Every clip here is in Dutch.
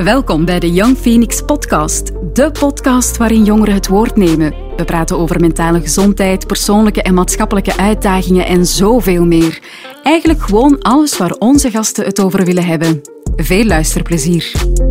Welkom bij de Young Phoenix podcast. De podcast waarin jongeren het woord nemen. We praten over mentale gezondheid, persoonlijke en maatschappelijke uitdagingen en zoveel meer. Eigenlijk gewoon alles waar onze gasten het over willen hebben. Veel luisterplezier.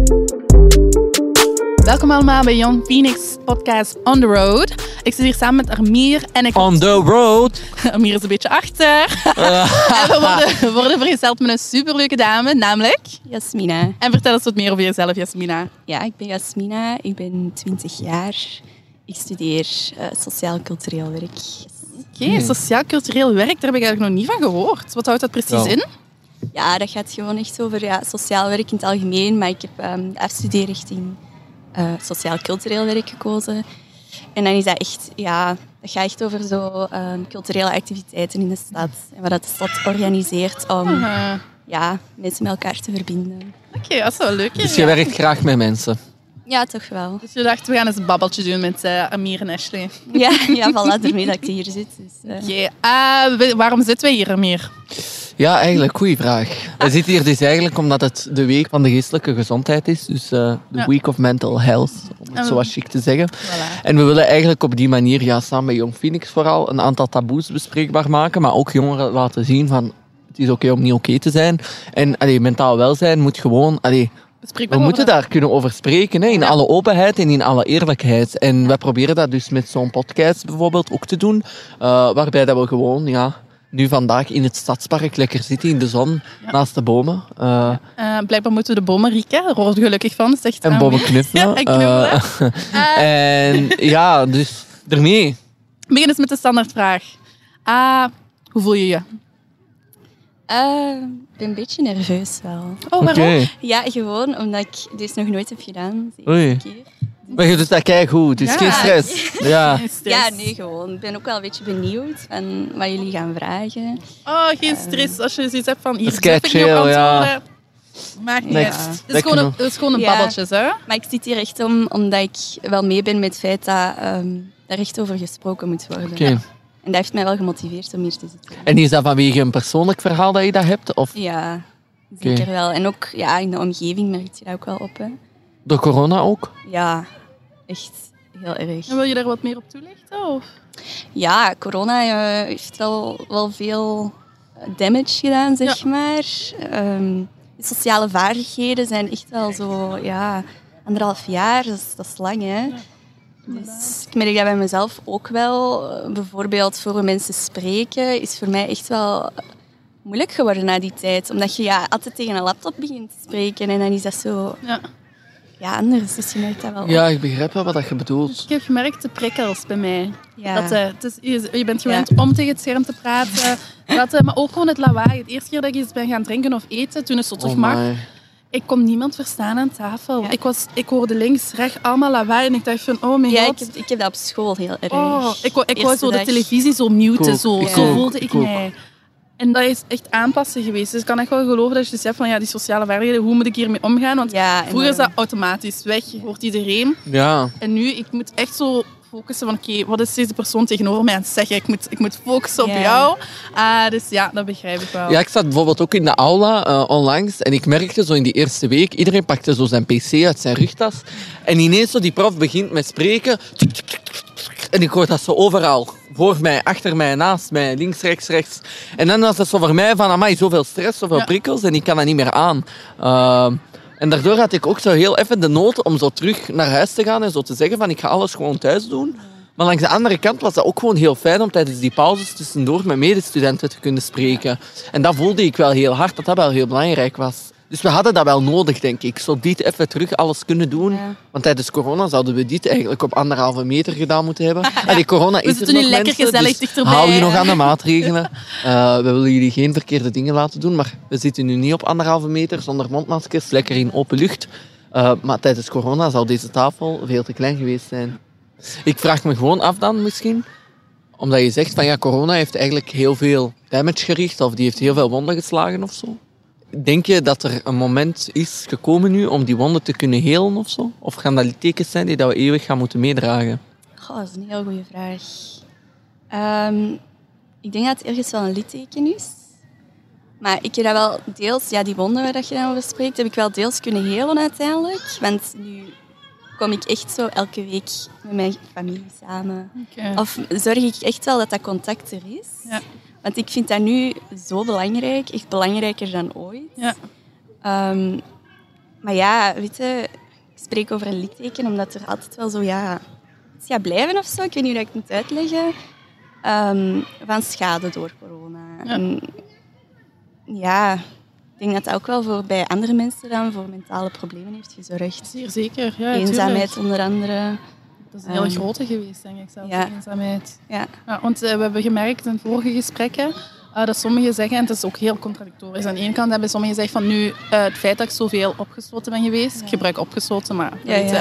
Welkom allemaal bij Young Phoenix podcast On The Road. Ik zit hier samen met Amir en ik... On the road. Amir is een beetje achter. En we worden vergezeld met een superleuke dame, namelijk... Jasmina. En vertel eens wat meer over jezelf, Jasmina. Ja, ik ben Jasmina. Ik ben 20 jaar. Ik studeer sociaal-cultureel werk. Oké, sociaal-cultureel werk, daar heb ik eigenlijk nog niet van gehoord. Wat houdt dat precies in? Ja, dat gaat gewoon echt over sociaal werk in het algemeen. Maar ik heb de afstudeerrichting sociaal-cultureel werk gekozen. En dan is dat echt, dat gaat echt over zo culturele activiteiten in de stad. En wat de stad organiseert om mensen met elkaar te verbinden. Oké, dat is wel leuk. Dus je werkt graag met mensen? Ja, toch wel. Dus je dacht, we gaan eens een babbeltje doen met Amir en Ashley. Ja, voilà, daarmee dat ik hier zit. Dus, waarom zitten wij hier, Amir? Ja, eigenlijk, goede vraag. We zitten hier dus eigenlijk omdat het de week van de geestelijke gezondheid is. Dus de Week of Mental Health, om het zo wat chic te zeggen. Voilà. En we willen eigenlijk op die manier, samen met Young Phoenix vooral, een aantal taboes bespreekbaar maken. Maar ook jongeren laten zien van, het is oké om niet oké te zijn. En mentaal welzijn moet gewoon... We moeten daar kunnen over spreken, in alle openheid en in alle eerlijkheid. En wij proberen dat dus met zo'n podcast bijvoorbeeld ook te doen. Waarbij dat we gewoon, nu vandaag in het stadspark lekker zitten in de zon, naast de bomen. Blijkbaar moeten we de bomen rieken, daar word je gelukkig van. Zegt en bomen knuffelen. En knuffelen. En dus ermee. Begin eens met de standaardvraag. Hoe voel je je? Ik ben een beetje nerveus wel. Oh, waarom? Okay. Ja, gewoon omdat ik dit nog nooit heb gedaan. De Oei. eerste keer. Maar je doet dat keigoed, dus geen stress. Ja. Ja, nee, gewoon. Ik ben ook wel een beetje benieuwd van wat jullie gaan vragen. Oh, geen stress. Als je zoiets hebt van, hier Dat is durf ik niet op chill, antwoorden. Maakt niet Next. uit. Het is gewoon een babbeltje, hè? Maar ik zit hier echt omdat ik wel mee ben met het feit dat er echt over gesproken moet worden. Okay. En dat heeft mij wel gemotiveerd om hier te zitten. En is dat vanwege een persoonlijk verhaal dat je dat hebt? Of? Ja, zeker wel. En ook in de omgeving merk je dat ook wel op. Hè. Door corona ook? Ja, echt heel erg. En wil je daar wat meer op toelichten? Of? Ja, corona heeft wel veel damage gedaan, zeg maar. De sociale vaardigheden zijn echt wel zo, 1,5 jaar, dat is lang, hè. Dus ik merk dat bij mezelf ook wel. Bijvoorbeeld voor mensen spreken is voor mij echt wel moeilijk geworden na die tijd. Omdat je altijd tegen een laptop begint te spreken en dan is dat zo anders. Dus je merkt dat wel. Ja, ik begrijp wel wat je bedoelt. Ik heb gemerkt de prikkels bij mij. Ja. Je bent gewend om tegen het scherm te praten. Maar ook gewoon het lawaai. De eerste keer dat ik iets ben gaan drinken of eten, toen is het toch mag. Ik kon niemand verstaan aan tafel. Ja. Ik hoorde links, rechts allemaal lawaai en ik dacht van, oh mijn god. Ik heb dat op school heel erg. Ik wou zo de televisie zo muten, zo voelde ik mij. En dat is echt aanpassen geweest. Dus ik kan echt wel geloven dat je dus hebt van die sociale vaardigheden, hoe moet ik hiermee omgaan? Want vroeger is dat automatisch weg, hoort iedereen. Ja. En nu, ik moet echt zo focussen van oké, wat is deze persoon tegenover mij aan het zeggen? Ik moet focussen op jou. Dus dat begrijp ik wel. Ja, ik zat bijvoorbeeld ook in de aula onlangs en ik merkte zo in die eerste week, iedereen pakte zo zijn pc uit zijn rugtas en ineens zo die prof begint met spreken. En ik hoor dat zo overal. Voor mij, achter mij, naast mij, links, rechts. En dan was dat zo voor mij van, amai, zoveel stress, zoveel prikkels en ik kan dat niet meer aan. En daardoor had ik ook zo heel even de nood om zo terug naar huis te gaan en zo te zeggen van, ik ga alles gewoon thuis doen. Maar langs de andere kant was dat ook gewoon heel fijn om tijdens die pauzes tussendoor met medestudenten te kunnen spreken. En dat voelde ik wel heel hard, dat wel heel belangrijk was. Dus we hadden dat wel nodig, denk ik. Zo dit even terug alles kunnen doen. Ja. Want tijdens corona zouden we dit eigenlijk op 1,5 meter gedaan moeten hebben. Die corona is er nog, nu lekker mensen, gezellig dus dichterbij. hou je nog aan de maatregelen. We willen jullie geen verkeerde dingen laten doen, maar we zitten nu niet op 1,5 meter zonder mondmaskers, lekker in open lucht. Maar tijdens corona zou deze tafel veel te klein geweest zijn. Ik vraag me gewoon af dan misschien, omdat je zegt van corona heeft eigenlijk heel veel damage gericht of die heeft heel veel wonden geslagen of zo. Denk je dat er een moment is gekomen nu om die wonden te kunnen helen of zo? Of gaan dat littekens zijn die we eeuwig gaan moeten meedragen? Goh, dat is een heel goede vraag. Ik denk dat het ergens wel een litteken is. Maar ik heb dat wel deels, die wonden waar je dan over spreekt, heb ik wel deels kunnen helen uiteindelijk. Want nu kom ik echt zo elke week met mijn familie samen. Okay. Of zorg ik echt wel dat contact er is. Ja. Want ik vind dat nu zo belangrijk, echt belangrijker dan ooit. Ja. Maar ja, weet je, ik spreek over een litteken, omdat er altijd wel zo, iets gaat blijven of zo. Ik weet niet hoe ik het moet uitleggen. Van schade door corona. Ja. En, ik denk dat dat ook wel bij andere mensen dan voor mentale problemen heeft gezorgd. Zeer zeker, ja. Eenzaamheid tuurlijk. onder andere. Dat is een hele grote geweest, denk ik zelf, eenzaamheid. Ja. Want we hebben gemerkt in vorige gesprekken dat sommigen zeggen, en het is ook heel contradictorisch. Aan de ene kant hebben sommigen gezegd van nu, het feit dat ik zoveel opgesloten ben geweest, ik gebruik opgesloten, maar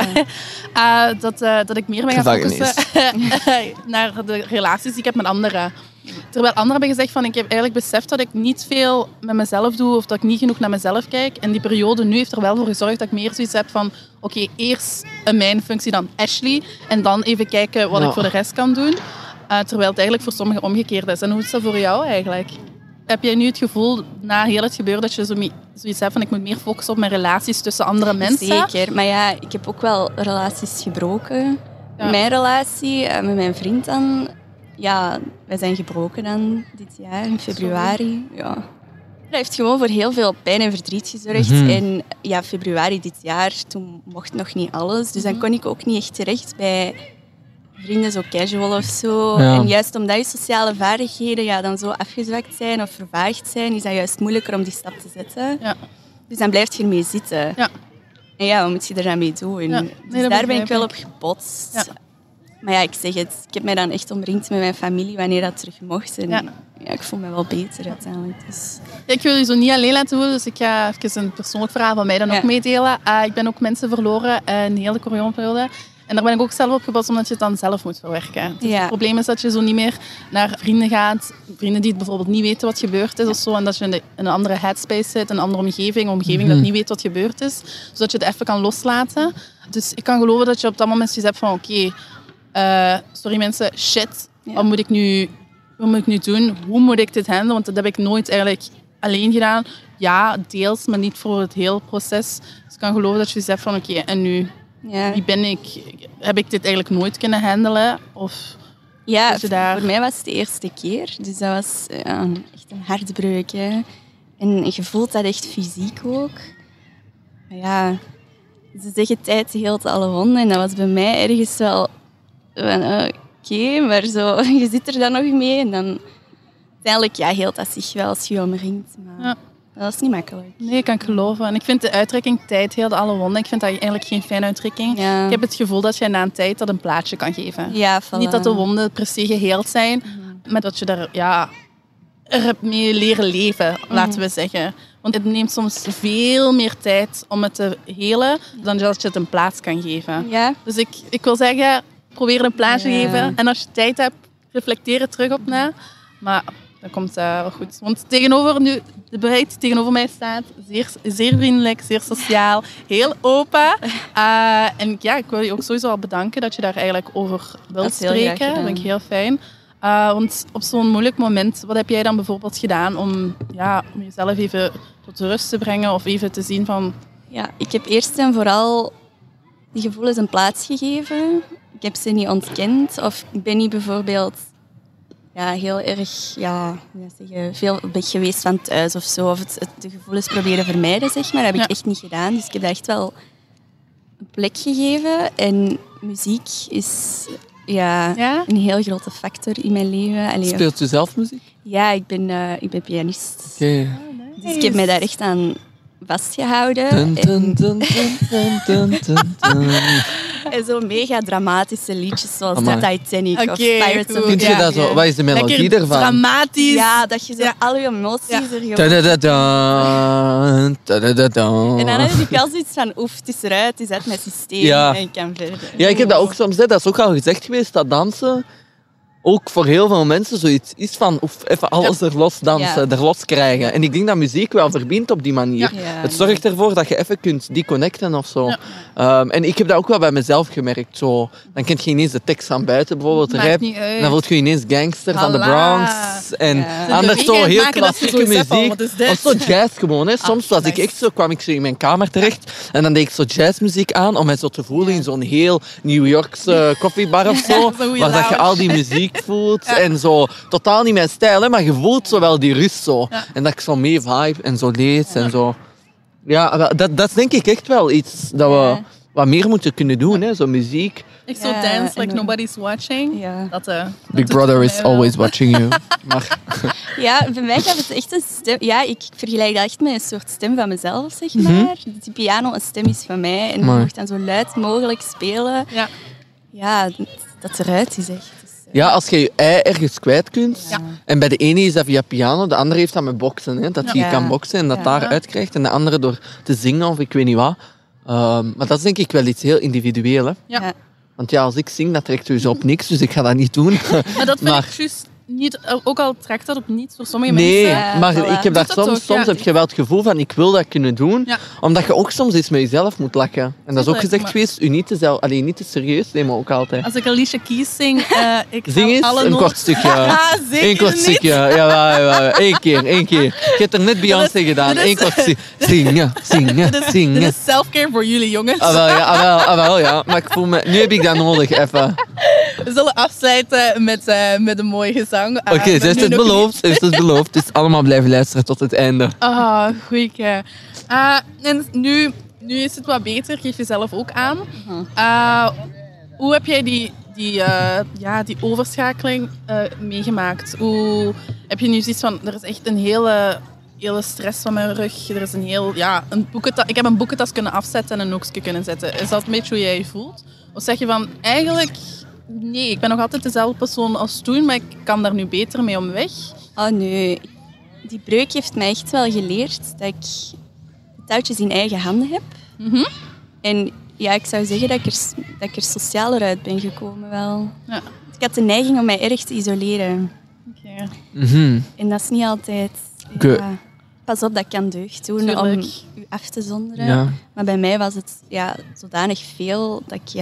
dat ik meer ben gaan focussen naar de relaties die ik heb met anderen. Terwijl anderen hebben gezegd van ik heb eigenlijk beseft dat ik niet veel met mezelf doe of dat ik niet genoeg naar mezelf kijk. En die periode nu heeft er wel voor gezorgd dat ik meer zoiets heb van oké, eerst mijn functie dan Ashley en dan even kijken wat ik voor de rest kan doen. Terwijl het eigenlijk voor sommigen omgekeerd is. En hoe is dat voor jou eigenlijk? Heb jij nu het gevoel, na heel het gebeuren, dat je zoiets hebt van ik moet meer focussen op mijn relaties tussen andere mensen? Zeker, maar ik heb ook wel relaties gebroken. Ja. Mijn relatie met mijn vriend dan, wij zijn gebroken dan dit jaar, in februari. Ja. Dat heeft gewoon voor heel veel pijn en verdriet gezorgd. En februari dit jaar, toen mocht nog niet alles. Dus dan kon ik ook niet echt terecht bij vrienden zo casual of zo. Ja. En juist omdat je sociale vaardigheden dan zo afgezwakt zijn of vervaagd zijn, is dat juist moeilijker om die stap te zetten. Ja. Dus dan blijf je ermee zitten. Ja. En wat moet je er dan mee doen? Ja. Dus daar ben ik wel op gebotst. Ja. Maar ik zeg het, ik heb mij dan echt omringd met mijn familie wanneer dat terug mocht. En ik voel me wel beter uiteindelijk. Dus. Ik wil je zo niet alleen laten voelen, dus ik ga even een persoonlijk verhaal van mij dan ook meedelen. Ik ben ook mensen verloren in heel de coronaperiode. En daar ben ik ook zelf op gebotst, omdat je het dan zelf moet verwerken. Dus het probleem is dat je zo niet meer naar vrienden gaat. Vrienden die bijvoorbeeld niet weten wat gebeurd is of zo. En dat je in een andere headspace zit, een andere omgeving dat niet weet wat gebeurd is. Zodat je het even kan loslaten. Dus ik kan geloven dat je op dat moment zoiets hebt van oké, sorry mensen, shit, wat moet ik nu doen? Hoe moet ik dit handelen? Want dat heb ik nooit eigenlijk alleen gedaan. Ja, deels, maar niet voor het hele proces. Dus ik kan geloven dat je zegt van oké, en nu? Wie ben ik? Heb ik dit eigenlijk nooit kunnen handelen? Of voor mij was het de eerste keer. Dus dat was echt een hartbreuk. Hè. En je voelt dat echt fysiek ook. Maar ze zeggen tijd heelt alle wonden. En dat was bij mij ergens wel oké, maar zo, je zit er dan nog mee. En dan uiteindelijk heelt dat zich wel als je omringt. Maar dat is niet makkelijk. Nee, kan ik geloven. En ik vind de uitdrukking tijd heelt alle wonden. Ik vind dat eigenlijk geen fijne uitdrukking. Ja. Ik heb het gevoel dat je na een tijd dat een plaatje kan geven. Ja, voilà. Niet dat de wonden per se geheeld zijn, maar dat je er hebt mee leren leven, laten we zeggen. Want het neemt soms veel meer tijd om het te helen dan dat je het een plaats kan geven. Ja. Dus ik wil zeggen, probeer een plaatje te geven. En als je tijd hebt, reflecteer er terug op na. Maar dat komt wel goed. Want de bruid die tegenover mij staat, zeer vriendelijk, zeer sociaal, heel open. En ik wil je ook sowieso al bedanken dat je daar eigenlijk over wilt spreken. Dat vind ik heel fijn. Want op zo'n moeilijk moment, wat heb jij dan bijvoorbeeld gedaan om jezelf even tot rust te brengen of even te zien van... Ja, ik heb eerst en vooral die gevoelens een plaats gegeven. Ik heb ze niet ontkend of ik ben niet bijvoorbeeld heel erg veel weg geweest van thuis of zo. Of de gevoelens proberen vermijden, zeg maar. Dat heb ik echt niet gedaan. Dus ik heb dat echt wel een plek gegeven. En muziek is een heel grote factor in mijn leven. Speelt u zelf muziek? Ja, ik ben pianist. Okay. Dus ik heb mij daar echt aan vastgehouden. En zo mega dramatische liedjes zoals de Titanic of Pirates of the Vind je dat zo? Wat is de melodie ervan? Dramatisch. Ja, dat je zo al je emoties er gewoon... En dan heb ik wel zoiets van, het is eruit, het is uit mijn systeem en ik kan verder. Ja, ik heb dat ook soms, dat is ook al gezegd geweest, dat dansen ook voor heel veel mensen zoiets is van even alles er los dansen, er los krijgen. En ik denk dat muziek wel verbindt op die manier. Ja. Het zorgt ervoor dat je even kunt deconnecten of zo. Ja. En ik heb dat ook wel bij mezelf gemerkt. Zo. Dan kent je ineens de tekst van buiten, bijvoorbeeld rap. Dan voelt je ineens gangster van de Bronx. En anders zo heel klassieke muziek. Of zo jazz gewoon. Hè. Soms was ik echt zo, kwam ik zo in mijn kamer terecht en dan deed ik zo jazzmuziek aan om mij zo te voelen in zo'n heel New Yorkse koffiebar of zo. Waar dat je al die muziek voelt en zo. Totaal niet mijn stijl, hè, maar je voelt zo wel die rust zo. Ja. En dat ik zo mee vibe en zo lees en zo. Ja, dat is denk ik echt wel iets dat we wat meer moeten kunnen doen, hè, zo muziek. Ik zo dance like nobody's watching. Ja. Big Brother is always watching you. Maar. Ja, bij mij gaf het echt een stem. Ja, ik vergelijk dat echt met een soort stem van mezelf, zeg maar. Die piano een stem is van mij en ik mocht dan zo luid mogelijk spelen. Ja, dat eruit is echt. Ja, als je je ei ergens kwijt kunt. Ja. En bij de ene is dat via piano, de andere heeft dat met boksen. Hè, dat je kan boksen en dat daaruit krijgt. En de andere door te zingen of ik weet niet wat. Maar dat is denk ik wel iets heel individueel. Hè. Ja. Want ja, als ik zing, dat trekt sowieso op niks. Dus ik ga dat niet doen. Maar dat vind ik juist niet, ook al trekt dat op niets voor sommige mensen. Nee, maar ik heb dat soms heb je wel het gevoel van ik wil dat kunnen doen. Ja. Omdat je ook soms eens met jezelf moet lachen. En dat is ook gezegd geweest, u niet te serieus nemen ook altijd. Als ik Alicia Keys zing, ik zing eens alle een kort stukje. Een kort stukje. Ja, Eén keer. Je hebt er net Beyoncé gedaan. Eén kort stukje. Zingen. Dit is self-care voor jullie, jongens. Ja. Maar ik voel me... Nu heb ik dat nodig, even. We zullen afsluiten met een mooie gezang. Oké, ze heeft het beloofd. Dus allemaal blijven luisteren tot het einde. Goeie. En nu is het wat beter. Geef jezelf ook aan. Hoe heb jij die overschakeling meegemaakt? Hoe heb je nu zoiets van... Er is echt een hele stress van mijn rug. Er is ik heb een boekentas kunnen afzetten en een hoekje kunnen zetten. Is dat een beetje hoe jij je voelt? Of zeg je van, eigenlijk... Nee, ik ben nog altijd dezelfde persoon als toen, maar ik kan daar nu beter mee om weg. Oh nee, die breuk heeft mij echt wel geleerd dat ik de touwtjes in eigen handen heb. Mm-hmm. En ja, ik zou zeggen dat ik er socialer uit ben gekomen wel. Ja. Ik had de neiging om mij erg te isoleren. Okay. Mm-hmm. En dat is niet altijd... Ja, pas op, dat kan deugd doen. Tuurlijk. Om u af te zonderen. Ja. Maar bij mij was het zodanig veel dat ik...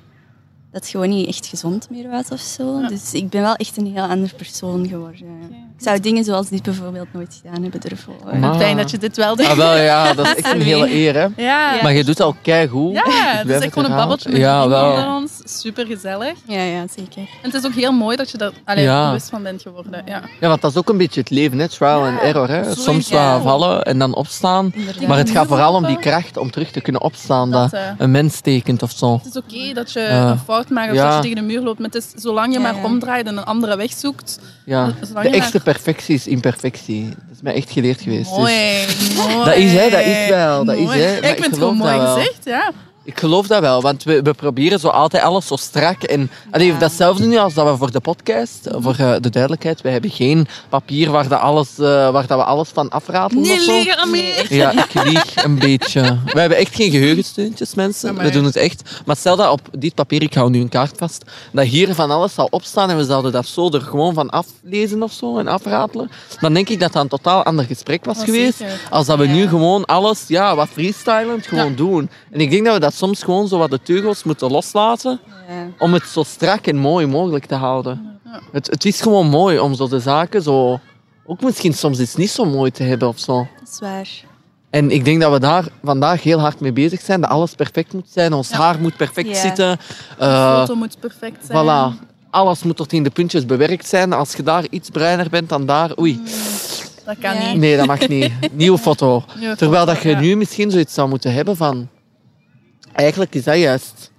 dat het gewoon niet echt gezond meer was of zo. Ja. Dus ik ben wel echt een heel ander persoon geworden. Okay. Ik zou dingen zoals dit bijvoorbeeld nooit gedaan hebben durven. Fijn dat je dit wel doet. Dat is echt een hele eer, hè. Ja. Maar je doet het al keigoed. Ja, het is echt gewoon een babbeltje met onder ons. Super gezellig. Ja, zeker. En het is ook heel mooi dat je daar bewust van bent geworden. Ja, want dat is ook een beetje het leven, hè. Trial and error, hè. Soms wat vallen en dan opstaan. Inderdaad. Maar het gaat vooral om die kracht om terug te kunnen opstaan. Dat een mens tekent of zo. Het is oké dat je een fout maakt of dat je tegen de muur loopt. Maar het is, zolang je maar omdraait en een andere weg zoekt... Ja, de echte perfectie is imperfectie. Dat is mij echt geleerd geweest. Mooi. Dat is wel. Dat is, hè. Ik vind het gewoon mooi gezegd, ja. Ik geloof dat wel, want we proberen zo altijd alles zo strak. En datzelfde nu als dat we voor de podcast, voor de duidelijkheid, we hebben geen papier waar we alles van afratelen. Niet liegen aan mij. Ja, ik lieg een beetje. We hebben echt geen geheugensteuntjes, mensen. We doen het echt. Maar stel dat op dit papier, ik hou nu een kaart vast, dat hier van alles zal opstaan en we zouden dat zo er gewoon van aflezen of zo en afratelen, dan denk ik dat dat een totaal ander gesprek was geweest. Als dat we nu gewoon alles, wat freestylend gewoon doen. En ik denk dat we dat soms gewoon zo wat de teugels moeten loslaten om het zo strak en mooi mogelijk te houden. Ja. Het is gewoon mooi om zo de zaken zo... Ook misschien soms iets niet zo mooi te hebben of zo. Dat is waar. En ik denk dat we daar vandaag heel hard mee bezig zijn. Dat alles perfect moet zijn. Ons haar moet perfect zitten. De foto moet perfect zijn. Voilà. Alles moet tot in de puntjes bewerkt zijn. Als je daar iets bruiner bent dan daar... Oei. Dat kan niet. Nee, dat mag niet. Nieuwe foto. Terwijl dat je nu misschien zoiets zou moeten hebben van... Eigenlijk is dat juist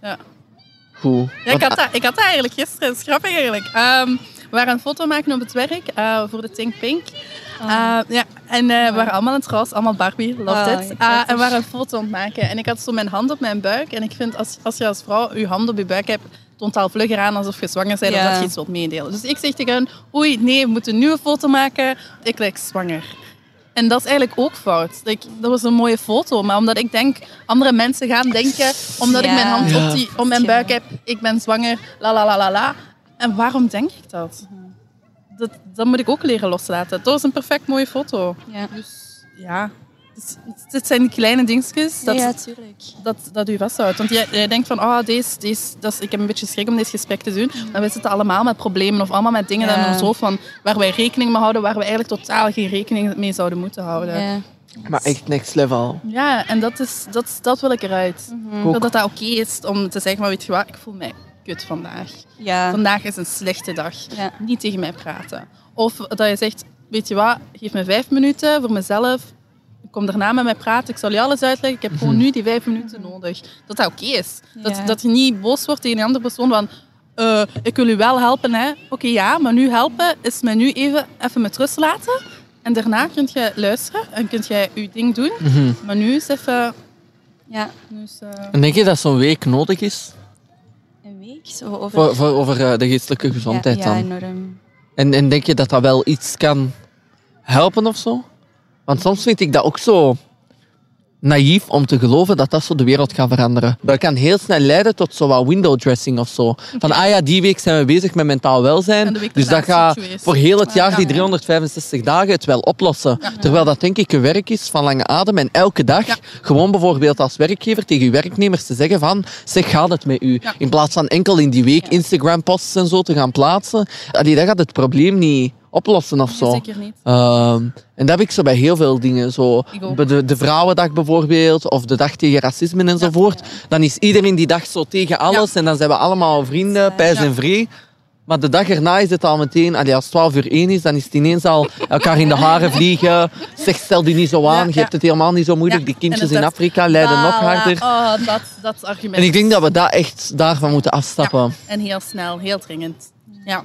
goed. Ja, ik had dat eigenlijk gisteren. Dat is grappig eigenlijk. We waren een foto maken op het werk voor de Think Pink. En we waren allemaal in het roze, allemaal Barbie, loved it. En we waren een foto aan het maken. En ik had zo mijn hand op mijn buik. En ik vind, als je als vrouw je hand op je buik hebt, toont al vlugger aan alsof je zwanger bent of dat je iets wilt meedelen. Dus ik zeg tegen hen, oei, nee, we moeten een nieuwe foto maken. Ik lijk zwanger. En dat is eigenlijk ook fout. Dat was een mooie foto, maar omdat ik denk, andere mensen gaan denken, omdat ik mijn hand op mijn buik heb, ik ben zwanger, la la la la la. En waarom denk ik dat? Dat moet ik ook leren loslaten. Dat is een perfect mooie foto. Ja. Dus ja, het zijn die kleine dingetjes dat u vasthoudt. Want jij denkt van, ik heb een beetje schrik om dit gesprek te doen. Maar we zitten allemaal met problemen of allemaal met dingen in ons hoofd van waar wij rekening mee houden, waar we eigenlijk totaal geen rekening mee zouden moeten houden. Ja. Maar echt next level. Ja, en dat wil ik eruit. Dat oké is om te zeggen, maar weet je wat, ik voel mij kut vandaag. Ja. Vandaag is een slechte dag. Ja. Niet tegen mij praten. Of dat je zegt, weet je wat, geef me 5 minuten voor mezelf. Kom daarna met mij praten, ik zal je alles uitleggen. Ik heb gewoon nu die 5 minuten nodig. Dat oké is. Dat je niet boos wordt tegen een andere persoon van... ik wil u wel helpen, hè. Oké, ja, maar nu helpen is mij nu even met rust laten. En daarna kun je luisteren en kun je je ding doen. Maar nu is even... Ja. En denk je dat zo'n week nodig is? Een week? Zo over de geestelijke gezondheid dan? Ja, enorm. En denk je dat dat wel iets kan helpen of zo? Want soms vind ik dat ook zo naïef om te geloven dat dat zo de wereld gaat veranderen. Dat kan heel snel leiden tot zo wat window dressing of zo. Van, die week zijn we bezig met mentaal welzijn. Dus dat gaat voor heel het jaar, die 365 dagen, het wel oplossen. Ja. Terwijl dat denk ik een werk is van lange adem. En elke dag gewoon bijvoorbeeld als werkgever tegen je werknemers te zeggen van, zeg, gaat het met u? Ja. In plaats van enkel in die week Instagram-posts en zo te gaan plaatsen. Dat gaat het probleem niet oplossen of zo. Zeker niet. En dat heb ik zo bij heel veel dingen. Zo, de Vrouwendag bijvoorbeeld, of de dag tegen racisme enzovoort. Dan is iedereen die dag zo tegen alles en dan zijn we allemaal vrienden, pijs en vree. Maar de dag erna is het al meteen, als het 12:01 is, dan is het ineens al elkaar in de haren vliegen. Zeg, stel je niet zo aan, je hebt het helemaal niet zo moeilijk. Die kindjes in Afrika lijden nog harder. Dat argument. En ik denk dat we dat echt daarvan moeten afstappen. Ja. En heel snel, heel dringend. Ja.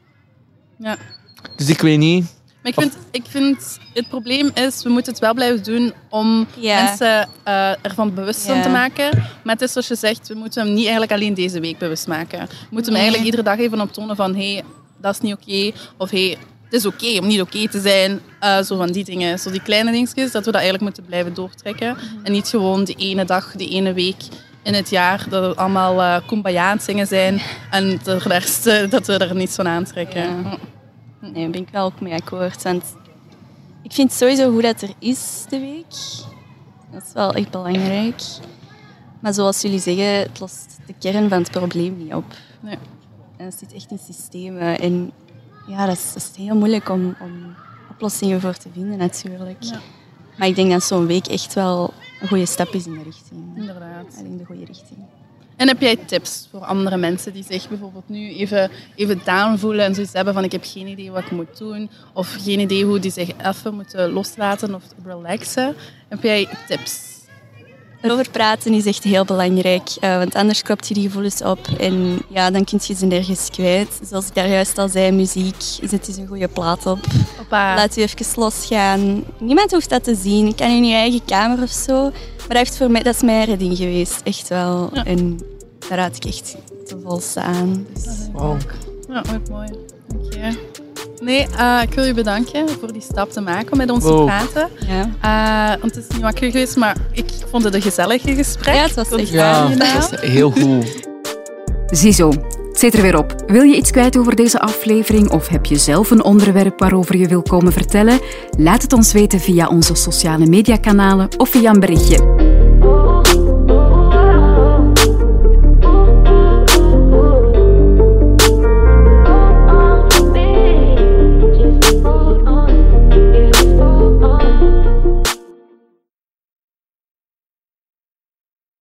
Dus ik weet niet. Maar ik vind het probleem is, we moeten het wel blijven doen om mensen ervan bewust van te maken. Maar het is zoals je zegt, we moeten hem niet eigenlijk alleen deze week bewust maken. We moeten hem eigenlijk iedere dag even optonen van dat is niet oké. Of het is oké om niet oké te zijn. Zo van die dingen, zo die kleine dingetjes, dat we dat eigenlijk moeten blijven doortrekken. En niet gewoon die ene dag, die ene week in het jaar, dat we allemaal kumbaya aan het zingen zijn. En de rest, dat we er niets van aantrekken. Ja. Nee, daar ben ik wel ook mee akkoord. Want ik vind sowieso hoe dat er is de week. Dat is wel echt belangrijk. Maar zoals jullie zeggen, het lost de kern van het probleem niet op. Nee. En het zit echt in systemen. En ja, dat is heel moeilijk om oplossingen voor te vinden natuurlijk. Ja. Maar ik denk dat zo'n week echt wel een goede stap is in de richting. Inderdaad. In de goede richting. En heb jij tips voor andere mensen die zich bijvoorbeeld nu even down voelen en zoiets hebben van ik heb geen idee wat ik moet doen of geen idee hoe die zich even moeten loslaten of relaxen? Heb jij tips? Erover praten is echt heel belangrijk, want anders klopt je die gevoelens op en ja, dan kun je ze nergens kwijt. Zoals ik daar juist al zei, muziek, zet eens een goede plaat op. Laat je even losgaan. Niemand hoeft dat te zien. Je kan in je eigen kamer of zo. Maar dat is mijn redding geweest, echt wel. Ja. En daar raad ik echt ten volste aan. Dus. Wow. Ja, ook mooi. Dank je. Nee, ik wil je bedanken voor die stap te maken om met ons te praten. Ja. Want het is niet makkelijk geweest, maar ik vond het een gezellige gesprek. Ja, het was echt dat was heel goed. Ziezo, het zit er weer op. Wil je iets kwijt over deze aflevering of heb je zelf een onderwerp waarover je wil komen vertellen? Laat het ons weten via onze sociale mediakanalen of via een berichtje.